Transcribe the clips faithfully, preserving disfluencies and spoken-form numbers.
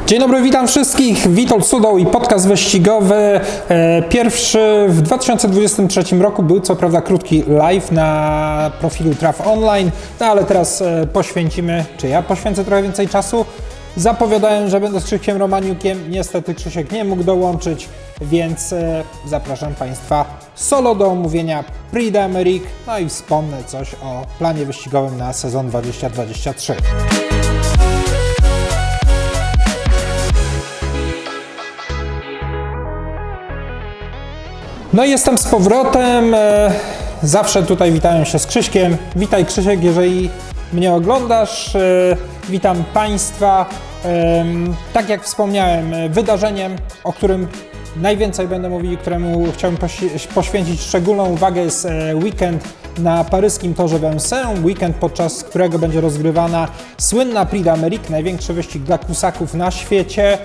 Dzień dobry, witam wszystkich. Witold Sudoł i podcast wyścigowy. Pierwszy w dwa tysiące dwudziestym trzecim roku był co prawda krótki live na profilu Trav Online, no ale teraz poświęcimy, czy ja poświęcę trochę więcej czasu. Zapowiadałem, że będę z Krzyśkiem Romaniukiem, niestety Krzysiek nie mógł dołączyć, więc zapraszam Państwa solo do omówienia Prix d'Amérique, no i wspomnę coś o planie wyścigowym na sezon dwa tysiące dwudziesty trzeci. No i jestem z powrotem, zawsze tutaj witają się z Krzyśkiem. Witaj Krzysiek, jeżeli mnie oglądasz, witam Państwa. Tak jak wspomniałem, wydarzeniem, o którym najwięcej będę mówił, któremu chciałbym poświęcić szczególną uwagę, jest weekend na paryskim torze Vincennes, weekend, podczas którego będzie rozgrywana słynna Prix d'Amérique, największy wyścig dla kusaków na świecie.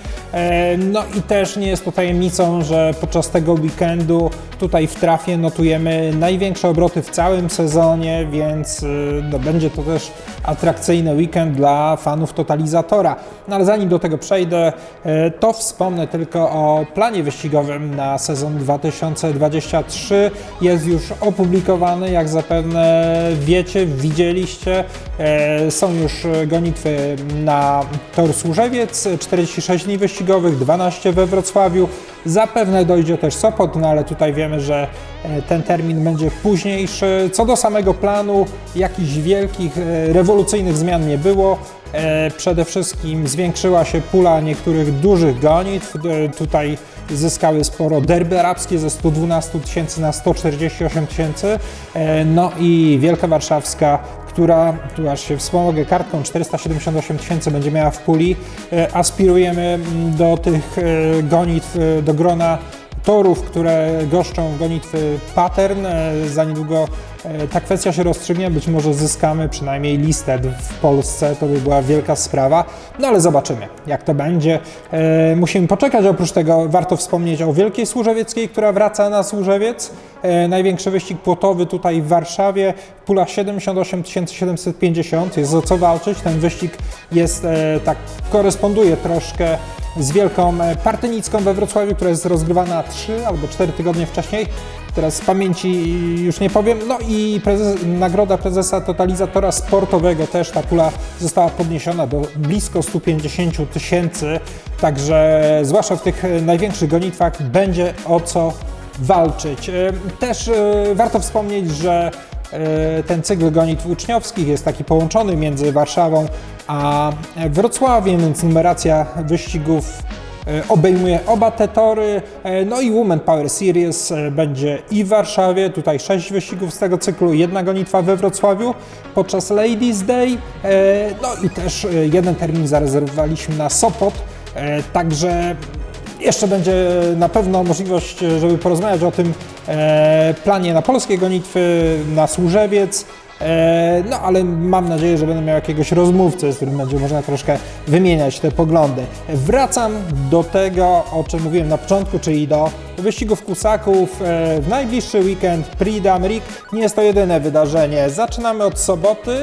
No i też nie jest to tajemnicą, że podczas tego weekendu tutaj w trafie notujemy największe obroty w całym sezonie, więc no, będzie to też atrakcyjny weekend dla fanów totalizatora. No ale zanim do tego przejdę, to wspomnę tylko o planie wyścigowym na sezon dwa tysiące dwudziesty trzeci. Jest już opublikowany, jak zapewne wiecie, widzieliście. Są już gonitwy na tor Służewiec, czterdzieści sześć dni wyścigowych, dwanaście we Wrocławiu. Zapewne dojdzie też Sopot, no ale tutaj wiemy, że ten termin będzie późniejszy. Co do samego planu, jakichś wielkich, rewolucyjnych zmian nie było. Przede wszystkim zwiększyła się pula niektórych dużych gonitw. Tutaj zyskały sporo derby arabskie ze stu dwunastu tysięcy na sto czterdzieści osiem tysięcy. No i Wielka Warszawska, która, tu aż się wspomogę kartką, czterysta siedemdziesiąt osiem tysięcy będzie miała w puli. Aspirujemy do tych gonitw, do grona torów, które goszczą gonitwy Pattern. Za niedługo ta kwestia się rozstrzygnie, być może zyskamy przynajmniej listę w Polsce, to by była wielka sprawa, no ale zobaczymy, jak to będzie. E, musimy poczekać. Oprócz tego warto wspomnieć o Wielkiej Służewieckiej, która wraca na Służewiec. E, największy wyścig płotowy tutaj w Warszawie, pula siedemdziesiąt osiem tysięcy siedemset pięćdziesiąt, jest o co walczyć. Ten wyścig jest, e, tak koresponduje troszkę z Wielką Partynicką we Wrocławiu, która jest rozgrywana trzy albo cztery tygodnie wcześniej. Teraz z pamięci już nie powiem. No i prezes, nagroda prezesa totalizatora sportowego, też ta pula została podniesiona do blisko stu pięćdziesięciu tysięcy. Także zwłaszcza w tych największych gonitwach będzie o co walczyć. Też warto wspomnieć, że ten cykl gonitw uczniowskich jest taki połączony między Warszawą a Wrocławiem, więc numeracja wyścigów obejmuje oba te tory. No i Women Power Series będzie i w Warszawie, tutaj sześć wyścigów z tego cyklu, jedna gonitwa we Wrocławiu podczas Ladies Day. No i też jeden termin zarezerwowaliśmy na Sopot, także jeszcze będzie na pewno możliwość, żeby porozmawiać o tym planie na polskie gonitwy, na Służewiec. No ale mam nadzieję, że będę miał jakiegoś rozmówcę, z którym będzie można troszkę wymieniać te poglądy. Wracam do tego, o czym mówiłem na początku, czyli do wyścigów kusaków. W najbliższy weekend Prix d'Amérique. Nie jest to jedyne wydarzenie. Zaczynamy od soboty.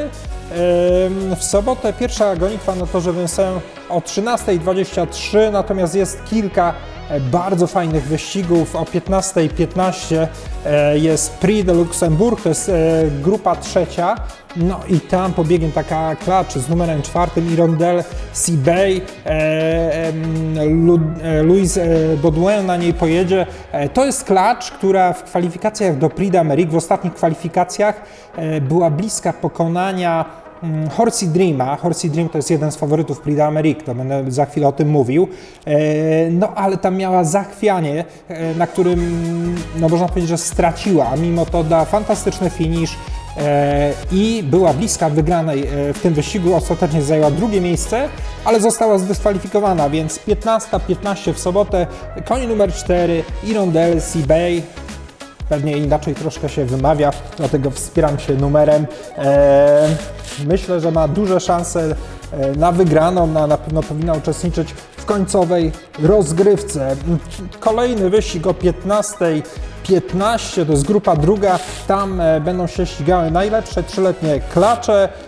W sobotę pierwsza gonitwa na torze Vincennes o trzynasta dwadzieścia trzy, natomiast jest kilka bardzo fajnych wyścigów. O piętnasta piętnaście jest Prix de Luxembourg, to jest grupa trzecia. No i tam pobiegnie taka klacz z numerem czwartym Hirondelle Seabay. Louis Baudouin na niej pojedzie. To jest klacz, która w kwalifikacjach do Prix d'Amérique, w ostatnich kwalifikacjach była bliska pokonania Horsey Dreama. Horsey Dream to jest jeden z faworytów Prix d'Amérique, to będę za chwilę o tym mówił. No ale tam miała zachwianie, na którym no można powiedzieć, że straciła, a mimo to da fantastyczny finish i była bliska wygranej w tym wyścigu. Ostatecznie zajęła drugie miejsce, ale została zdyskwalifikowana, więc piętnasta piętnaście w sobotę. Koń numer cztery Hirondelle Seabay. Pewnie inaczej troszkę się wymawia, dlatego wspieram się numerem. Eee, myślę, że ma duże szanse na wygraną, na, na pewno powinna uczestniczyć w końcowej rozgrywce. Kolejny wyścig o piętnasta piętnaście, to jest grupa druga, tam będą się ścigały najlepsze trzyletnie klacze.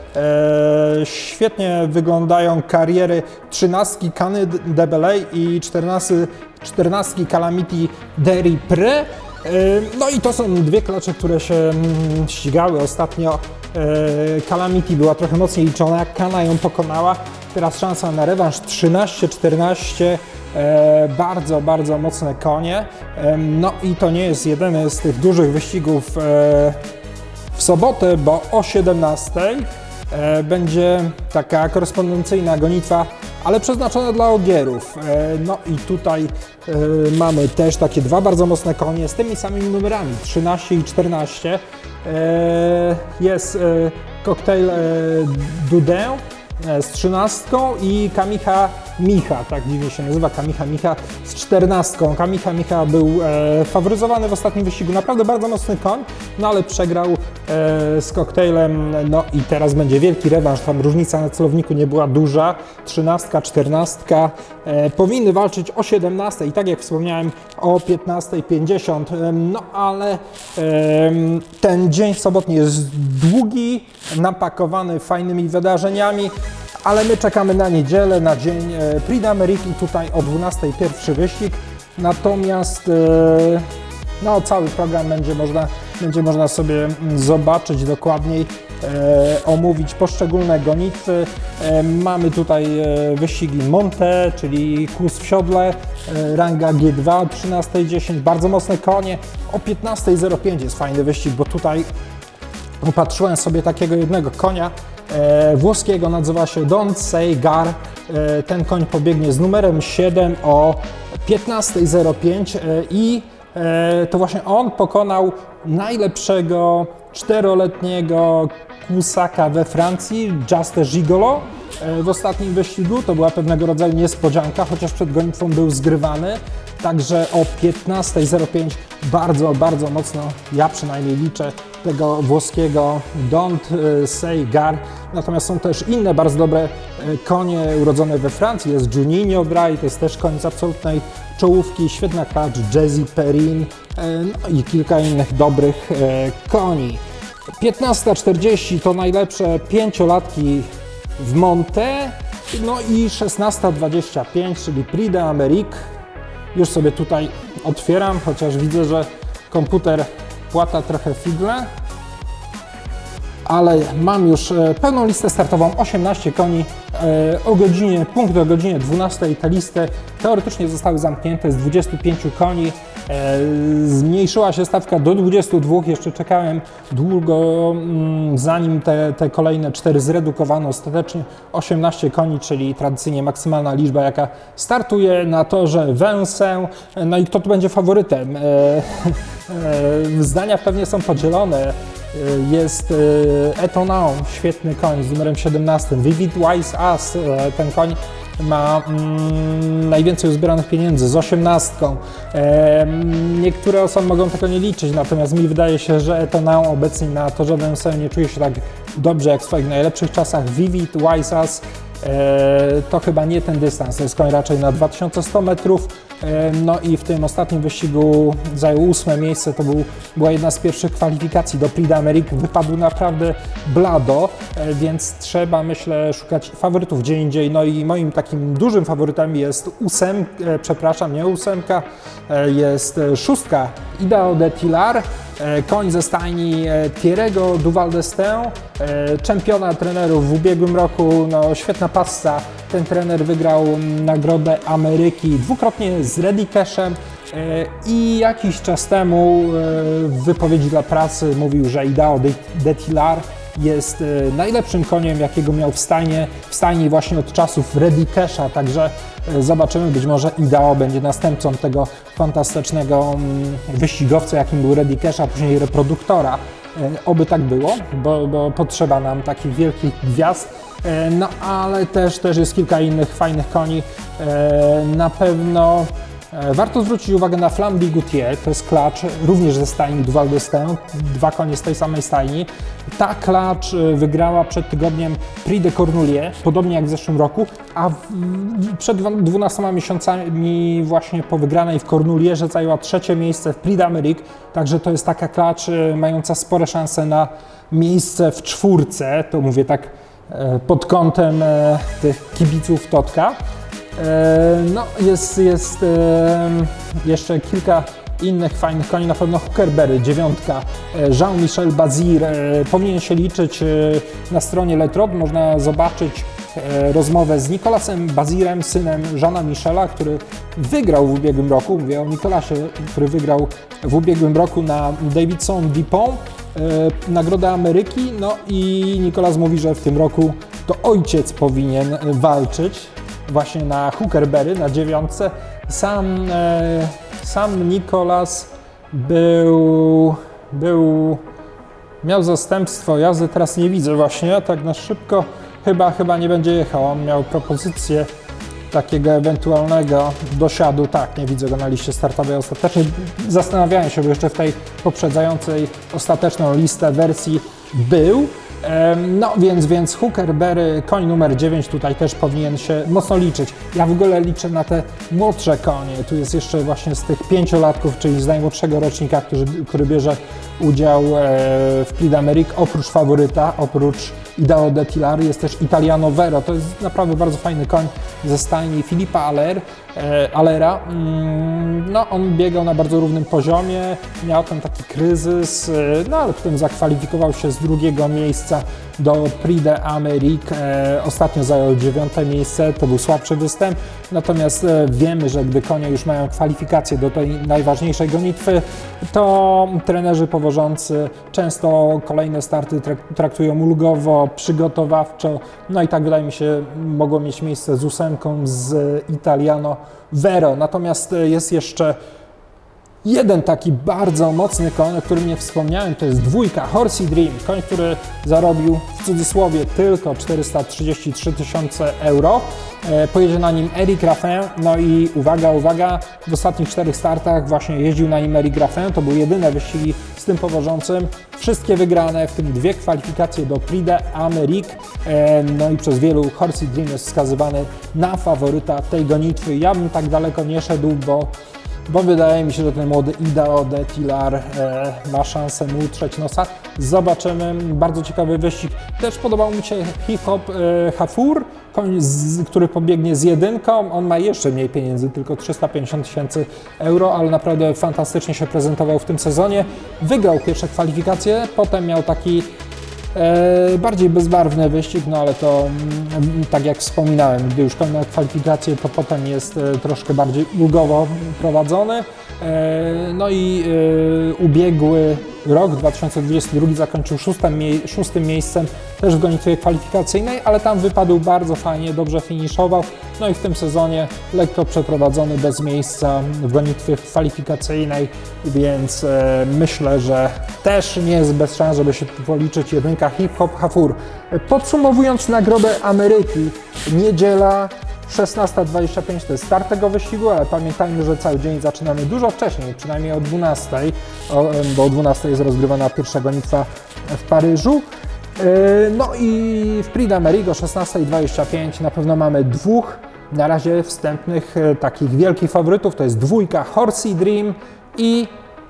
E, świetnie wyglądają kariery trzynastki Cany de Belay i czternastki Calamity Dairy Pre. E, no i to są dwie klacze, które się mm, ścigały ostatnio. E, Calamity była trochę mocniej liczona, Cana ją pokonała. Teraz szansa na rewanż trzynaście czternaście. E, bardzo, bardzo mocne konie. E, no i to nie jest jedyny z tych dużych wyścigów e, w sobotę, bo o siedemnastej e, będzie taka korespondencyjna gonitwa, ale przeznaczona dla ogierów. E, no i tutaj e, mamy też takie dwa bardzo mocne konie z tymi samymi numerami, trzynaście i czternaście. E, jest e, Cocktail e, Dudin z trzynastką i Kamicha Micha, tak dziwnie się nazywa, Kamicha Micha z czternastką. Kamicha Micha był e, faworyzowany w ostatnim wyścigu, naprawdę bardzo mocny koń, no ale przegrał e, z Cocktailem, no i teraz będzie wielki rewanż, tam różnica na celowniku nie była duża, trzynastka, czternastka, e, powinny walczyć o siedemnastej i tak jak wspomniałem o piętnastej pięćdziesiąt, e, no ale e, ten dzień sobotni jest długi, napakowany fajnymi wydarzeniami, ale my czekamy na niedzielę, na dzień e, Prix d'Amérique i tutaj o dwunastej pierwszy wyścig. Natomiast e, no, cały program będzie można, będzie można sobie zobaczyć dokładniej, e, omówić poszczególne gonitwy. E, mamy tutaj e, wyścigi Monte, czyli kłus w siodle, e, ranga G dwa o trzynastej dziesięć, bardzo mocne konie. O piętnastej zero pięć jest fajny wyścig, bo tutaj upatrzyłem sobie takiego jednego konia e, włoskiego, nazywa się Don't Say Gar. E, ten koń pobiegnie z numerem siedem o piętnastej zero pięć e, i e, to właśnie on pokonał najlepszego czteroletniego kłusaka we Francji, Juste Gigolo. E, w ostatnim wyścigu to była pewnego rodzaju niespodzianka, chociaż przed gonitwą był zgrywany. Także o piętnastej zero pięć bardzo, bardzo mocno, ja przynajmniej liczę, tego włoskiego Don't Say Gar. Natomiast są też inne bardzo dobre konie urodzone we Francji. Jest Juninho Bray, to jest też koń z absolutnej czołówki, świetna klacz, Jazzy Perrin, no i kilka innych dobrych koni. piętnasta czterdzieści to najlepsze pięciolatki w Monte, no i szesnasta dwadzieścia pięć, czyli Prix d'Amérique. Już sobie tutaj otwieram, chociaż widzę, że komputer płata trochę figle, ale mam już pełną listę startową, osiemnaście koni o godzinie, punkt o godzinie dwunastej. Te listy teoretycznie zostały zamknięte z dwudziestu pięciu koni. Zmniejszyła się stawka do dwudziestu dwóch, jeszcze czekałem długo, zanim te, te kolejne cztery zredukowano. Ostatecznie osiemnaście koni, czyli tradycyjnie maksymalna liczba, jaka startuje na torze Vincennes. No i kto tu będzie faworytem? Zdania pewnie są podzielone. Jest Etonau, świetny koń z numerem siedemnastym, Vivid Wise Ass, ten koń ma mm, najwięcej uzbieranych pieniędzy z osiemnastką. E, niektóre osoby mogą tego nie liczyć, natomiast mi wydaje się, że Etonau obecnie na torze Vincennes nie czuje się tak dobrze jak w swoich najlepszych czasach. Vivid Wise Ass e, to chyba nie ten dystans, to jest koń raczej na dwa tysiące sto metrów. No i w tym ostatnim wyścigu zajął ósme miejsce, to był, była jedna z pierwszych kwalifikacji do Prix d'Amérique, wypadł naprawdę blado, więc trzeba, myślę, szukać faworytów gdzie indziej. No i moim takim dużym faworytem jest ósem, przepraszam, nie ósemka, jest szóstka Idaho de Tilar, koń ze stajni Thierry'ego Duval d'Estaing, czempiona trenerów w ubiegłym roku, no świetna passa. Ten trener wygrał Nagrodę Ameryki dwukrotnie z Reddy Cashem i jakiś czas temu w wypowiedzi dla prasy mówił, że Idaho de Tilar jest najlepszym koniem, jakiego miał w stajni, w stajni właśnie od czasów Reddy Casha, także zobaczymy, być może Idaho będzie następcą tego fantastycznego wyścigowca, jakim był Reddy Cash, a później reproduktora. Oby tak było, bo, bo potrzeba nam takich wielkich gwiazd. No ale też, też jest kilka innych fajnych koni. Na pewno warto zwrócić uwagę na Flamby Goutier, to jest klacz również ze stajni Duval d'Estaing, dwa konie z tej samej stajni. Ta klacz wygrała przed tygodniem Prix de Cornulier, podobnie jak w zeszłym roku, a w, przed dwunastoma miesiącami właśnie po wygranej w Cornulierze zajęła trzecie miejsce w Prix d'Amérique, także to jest taka klacz mająca spore szanse na miejsce w czwórce, to mówię tak pod kątem tych kibiców Totka. No, jest, jest jeszcze kilka innych fajnych koni, na pewno Huckerberry, dziewiątka, Jean-Michel Bazir. Powinien się liczyć na stronie Letrod, można zobaczyć rozmowę z Nicolasem Bazirem, synem Jeana Michela, który wygrał w ubiegłym roku, mówię o Nicolasie, który wygrał w ubiegłym roku na Davidson Dupont Nagrodę Ameryki, no i Nicolas mówi, że w tym roku to ojciec powinien walczyć właśnie na Huckerberry, na dziewiątce. Sam, e, sam Nicolas był, był, miał zastępstwo jazdy, teraz nie widzę właśnie, tak na szybko chyba, chyba nie będzie jechał. On miał propozycję takiego ewentualnego dosiadu, tak, nie widzę go na liście startowej ostatecznie. Zastanawiałem się, bo jeszcze w tej poprzedzającej ostateczną listę wersji był. No więc, więc Huckerberry, koń numer dziewięć tutaj też powinien się mocno liczyć. Ja w ogóle liczę na te młodsze konie. Tu jest jeszcze właśnie z tych pięciolatków, czyli z najmłodszego rocznika, który, który bierze udział w Prix d'Amérique. Oprócz faworyta, oprócz Idao de Tilar jest też Italiano Vero. To jest naprawdę bardzo fajny koń ze stajni Filipa Aller, Allera. No, on biegał na bardzo równym poziomie, miał tam taki kryzys, no ale potem zakwalifikował się z drugiego miejsca do Prix d'Amérique. Ostatnio zajął dziewiąte miejsce, to był słabszy występ, natomiast wiemy, że gdy konie już mają kwalifikacje do tej najważniejszej gonitwy, to trenerzy powożący często kolejne starty traktują ulgowo, przygotowawczo, no i tak wydaje mi się mogło mieć miejsce z ósemką z Italiano Vero. Natomiast jest jeszcze jeden taki bardzo mocny koń, o którym nie wspomniałem, to jest dwójka Horsey Dream, koń, który zarobił w cudzysłowie tylko czterysta trzydzieści trzy tysiące euro. Pojedzie na nim Eric Raffin, no i uwaga, uwaga, w ostatnich czterech startach właśnie jeździł na nim Eric Raffin, to były jedyne wyścigi z tym powożącym, wszystkie wygrane, w tym dwie kwalifikacje do Prix d'Amérique, no i przez wielu Horsey Dream jest wskazywany na faworyta tej gonitwy. Ja bym tak daleko nie szedł, bo bo wydaje mi się, że ten młody Idao de Tilar e, ma szansę mu utrzeć nosa. Zobaczymy. Bardzo ciekawy wyścig. Też podobał mi się Hip Hop e, Hafur, koń, z, który pobiegnie z jedynką. On ma jeszcze mniej pieniędzy, tylko trzysta pięćdziesiąt tysięcy euro, ale naprawdę fantastycznie się prezentował w tym sezonie. Wygrał pierwsze kwalifikacje, potem miał taki E, bardziej bezbarwny wyścig, no ale to mm, tak jak wspominałem, gdy już kończy kwalifikacje, to potem jest e, troszkę bardziej ulgowo prowadzony. E, no i e, ubiegły rok dwa tysiące dwudziesty drugi zakończył szóstym, mie szóstym miejscem też w gonitwie kwalifikacyjnej, ale tam wypadł bardzo fajnie, dobrze finiszował. No i w tym sezonie lekko przeprowadzony bez miejsca w gonitwie kwalifikacyjnej, więc e, myślę, że też nie jest bez szans, żeby się tu policzyć jedynka Hip Hop Hafur. Podsumowując Nagrodę Ameryki, niedziela szesnasta dwadzieścia pięć to jest start tego wyścigu, ale pamiętajmy, że cały dzień zaczynamy dużo wcześniej, przynajmniej o dwunastej, bo o dwunastej jest rozgrywana pierwsza gonitwa w Paryżu. No i w Prix d'Amérique o szesnasta dwadzieścia pięć na pewno mamy dwóch na razie wstępnych takich wielkich faworytów, to jest dwójka Horsey Dream i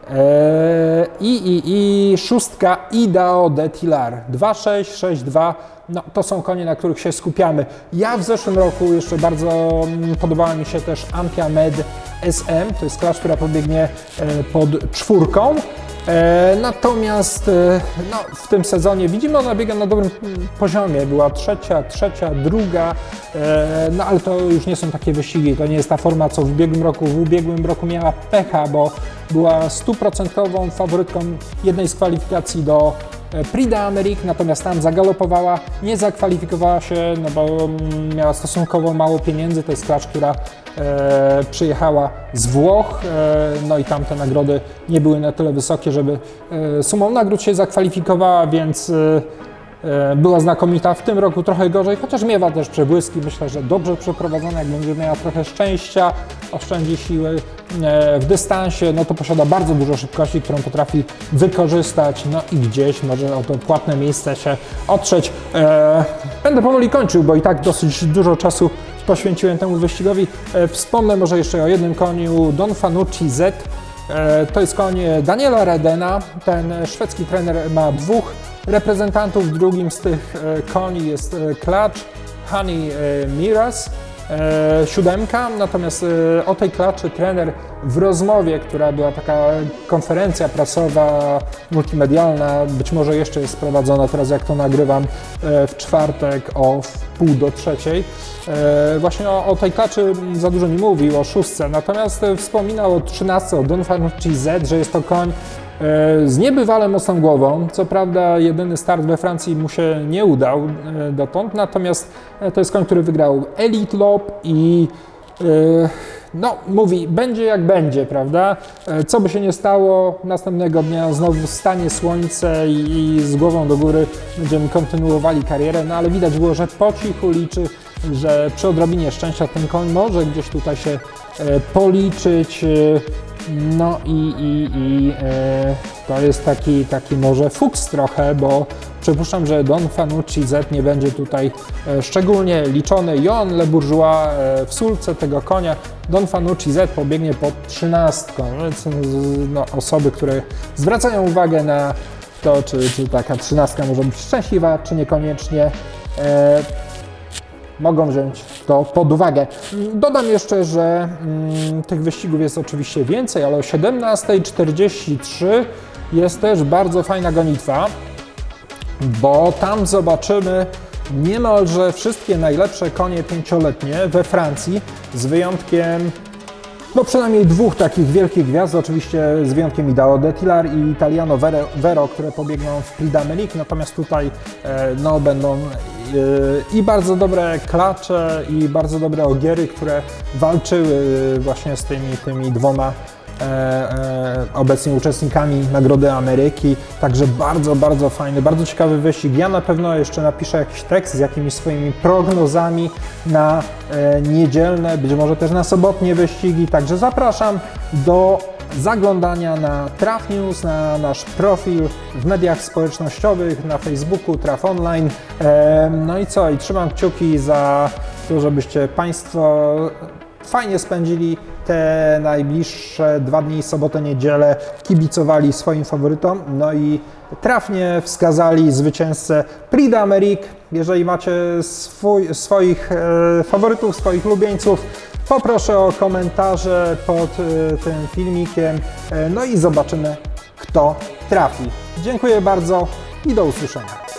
I, i, i szóstka Idao de Tilar. dwa sześć, sześć dwa, no to są konie, na których się skupiamy. Ja w zeszłym roku jeszcze bardzo podobała mi się też Ampia Med S M, to jest klacz, która pobiegnie pod czwórką. Natomiast no, w tym sezonie widzimy, ona biega na dobrym poziomie, była trzecia, trzecia, druga, no ale to już nie są takie wyścigi, to nie jest ta forma, co w ubiegłym roku. W ubiegłym roku miała pecha, bo była stuprocentową faworytką jednej z kwalifikacji do Prix d'Amérique, natomiast tam zagalopowała, nie zakwalifikowała się, no bo miała stosunkowo mało pieniędzy, to jest klacz, która e, przyjechała z Włoch, e, no i tam te nagrody nie były na tyle wysokie, żeby e, sumą nagród się zakwalifikowała, więc e, była znakomita. W tym roku trochę gorzej, chociaż miewa też przebłyski. Myślę, że dobrze przeprowadzona, jak będzie miała trochę szczęścia, oszczędzi siły w dystansie, no to posiada bardzo dużo szybkości, którą potrafi wykorzystać, no i gdzieś może o to płatne miejsce się otrzeć. Będę powoli kończył, bo i tak dosyć dużo czasu poświęciłem temu wyścigowi. Wspomnę może jeszcze o jednym koniu, Don Fanucci Z. To jest koń Daniela Redena. Ten szwedzki trener ma dwóch reprezentantów. Drugim z tych koni jest klacz Honey Miraz, siódemka, natomiast o tej klaczy trener w rozmowie, która była taka konferencja prasowa, multimedialna, być może jeszcze jest prowadzona teraz, jak to nagrywam, w czwartek o wpół do trzeciej. Właśnie o, o tej klaczy za dużo nie mówił, o szóstce, natomiast wspominał o trzynastce, o Don Fanucci Z, że jest to koń z niebywale mocną głową. Co prawda jedyny start we Francji mu się nie udał dotąd, natomiast to jest koń, który wygrał Elite Lob i no, mówi, będzie jak będzie, prawda? Co by się nie stało, następnego dnia znowu wstanie słońce i, i z głową do góry będziemy kontynuowali karierę, no ale widać było, że po cichu liczy, że przy odrobinie szczęścia ten koń może gdzieś tutaj się policzyć. No i, i, i e, to jest taki, taki może fuks trochę, bo przypuszczam, że Don Fanucci Z nie będzie tutaj e, szczególnie liczony. Johan Le Bourgeois e, w sulce tego konia. Don Fanucci Z pobiegnie pod trzynastką, więc no, osoby, które zwracają uwagę na to, czy, czy taka trzynastka może być szczęśliwa, czy niekoniecznie. E, mogą wziąć to pod uwagę. Dodam jeszcze, że mm, tych wyścigów jest oczywiście więcej, ale o siedemnasta czterdzieści trzy jest też bardzo fajna gonitwa, bo tam zobaczymy niemalże wszystkie najlepsze konie pięcioletnie we Francji, z wyjątkiem no przynajmniej dwóch takich wielkich gwiazd, oczywiście z wyjątkiem Idaho de Tilar i Italiano Vero, Vero, które pobiegną w Prix d'Amérique, natomiast tutaj no, będą i bardzo dobre klacze i bardzo dobre ogiery, które walczyły właśnie z tymi, tymi dwoma e, e, obecnie uczestnikami Nagrody Ameryki. Także bardzo, bardzo fajny, bardzo ciekawy wyścig. Ja na pewno jeszcze napiszę jakiś tekst z jakimiś swoimi prognozami na e, niedzielne, być może też na sobotnie wyścigi. Także zapraszam do zaglądania na Traf News, na nasz profil w mediach społecznościowych, na Facebooku, Traf Online. No i co? I trzymam kciuki za to, żebyście Państwo fajnie spędzili te najbliższe dwa dni, sobotę, niedzielę, kibicowali swoim faworytom, no i trafnie wskazali zwycięzcę Prix d'Amérique. Jeżeli macie swój, swoich e, faworytów, swoich ulubieńców, poproszę o komentarze pod y, tym filmikiem, y, no i zobaczymy, kto trafi. Dziękuję bardzo i do usłyszenia.